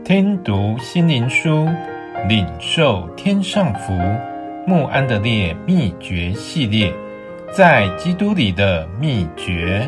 听读心灵书，领受天上福。慕安德烈秘诀系列，在基督里的秘诀。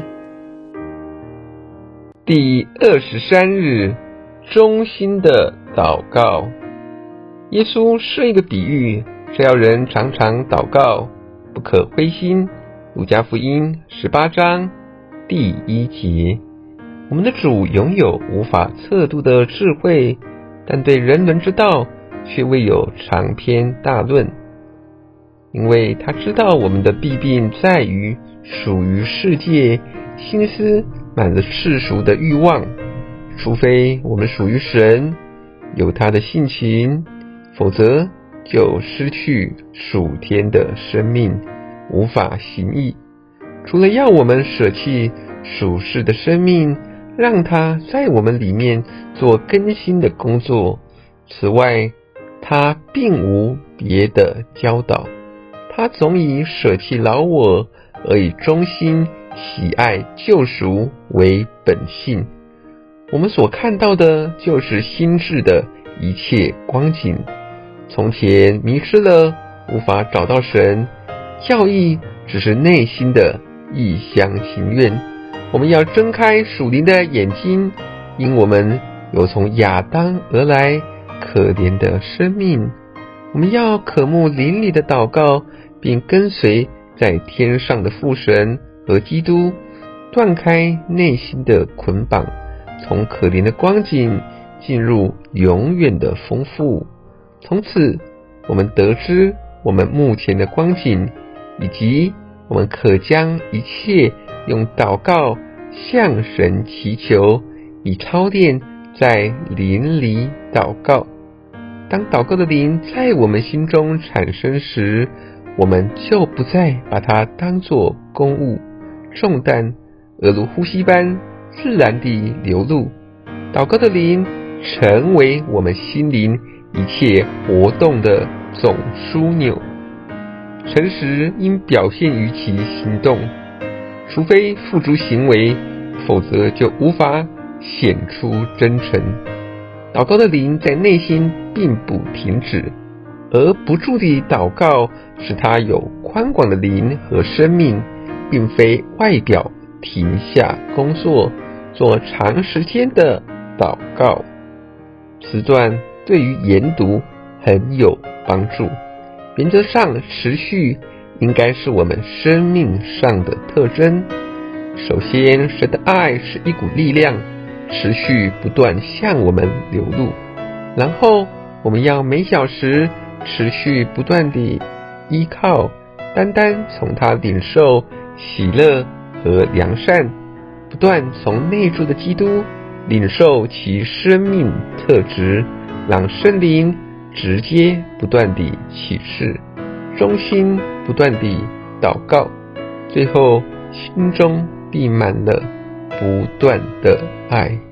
第23日，忠心的祷告。耶稣设一个比喻，是要人常常祷告，不可灰心。路加福音18章第1节。我们的主拥有无法测度的智慧，但对人伦之道却未有长篇大论，因为他知道我们的弊病在于属于世界，心思满了世俗的欲望。除非我们属于神，有他的性情，否则就失去属天的生命，无法行义。除了要我们舍弃属世的生命，让他在我们里面做更新的工作，此外他并无别的教导。他总以舍弃老我，而以忠心喜爱救赎为本性。我们所看到的就是心智的一切光景。从前迷失了，无法找到神，教义只是内心的一厢情愿。我们要睁开属灵的眼睛，因我们有从亚当而来可怜的生命。我们要渴慕灵里的祷告，并跟随在天上的父神和基督，断开内心的捆绑，从可怜的光景进入永远的丰富。从此我们得知我们目前的光景，以及我们可将一切用祷告向神祈求，以操练在灵里祷告。当祷告的灵在我们心中产生时，我们就不再把它当作公务重担，而如呼吸般自然地流露。祷告的灵成为我们心灵一切活动的总枢纽。诚实应表现于其行动，除非付诸行为，否则就无法显出真诚。祷告的灵在内心并不停止，而不住地祷告使他有宽广的灵和生命，并非外表停下工作做长时间的祷告。此段对于研读很有帮助。原则上，持续应该是我们生命上的特征。首先，神的爱是一股力量，持续不断向我们流露。然后，我们要每小时持续不断地依靠，单单从他领受喜乐和良善，不断从内住的基督领受其生命特质，让圣灵直接不断地启示，忠心不断地祷告，最后心中必满了不断的爱。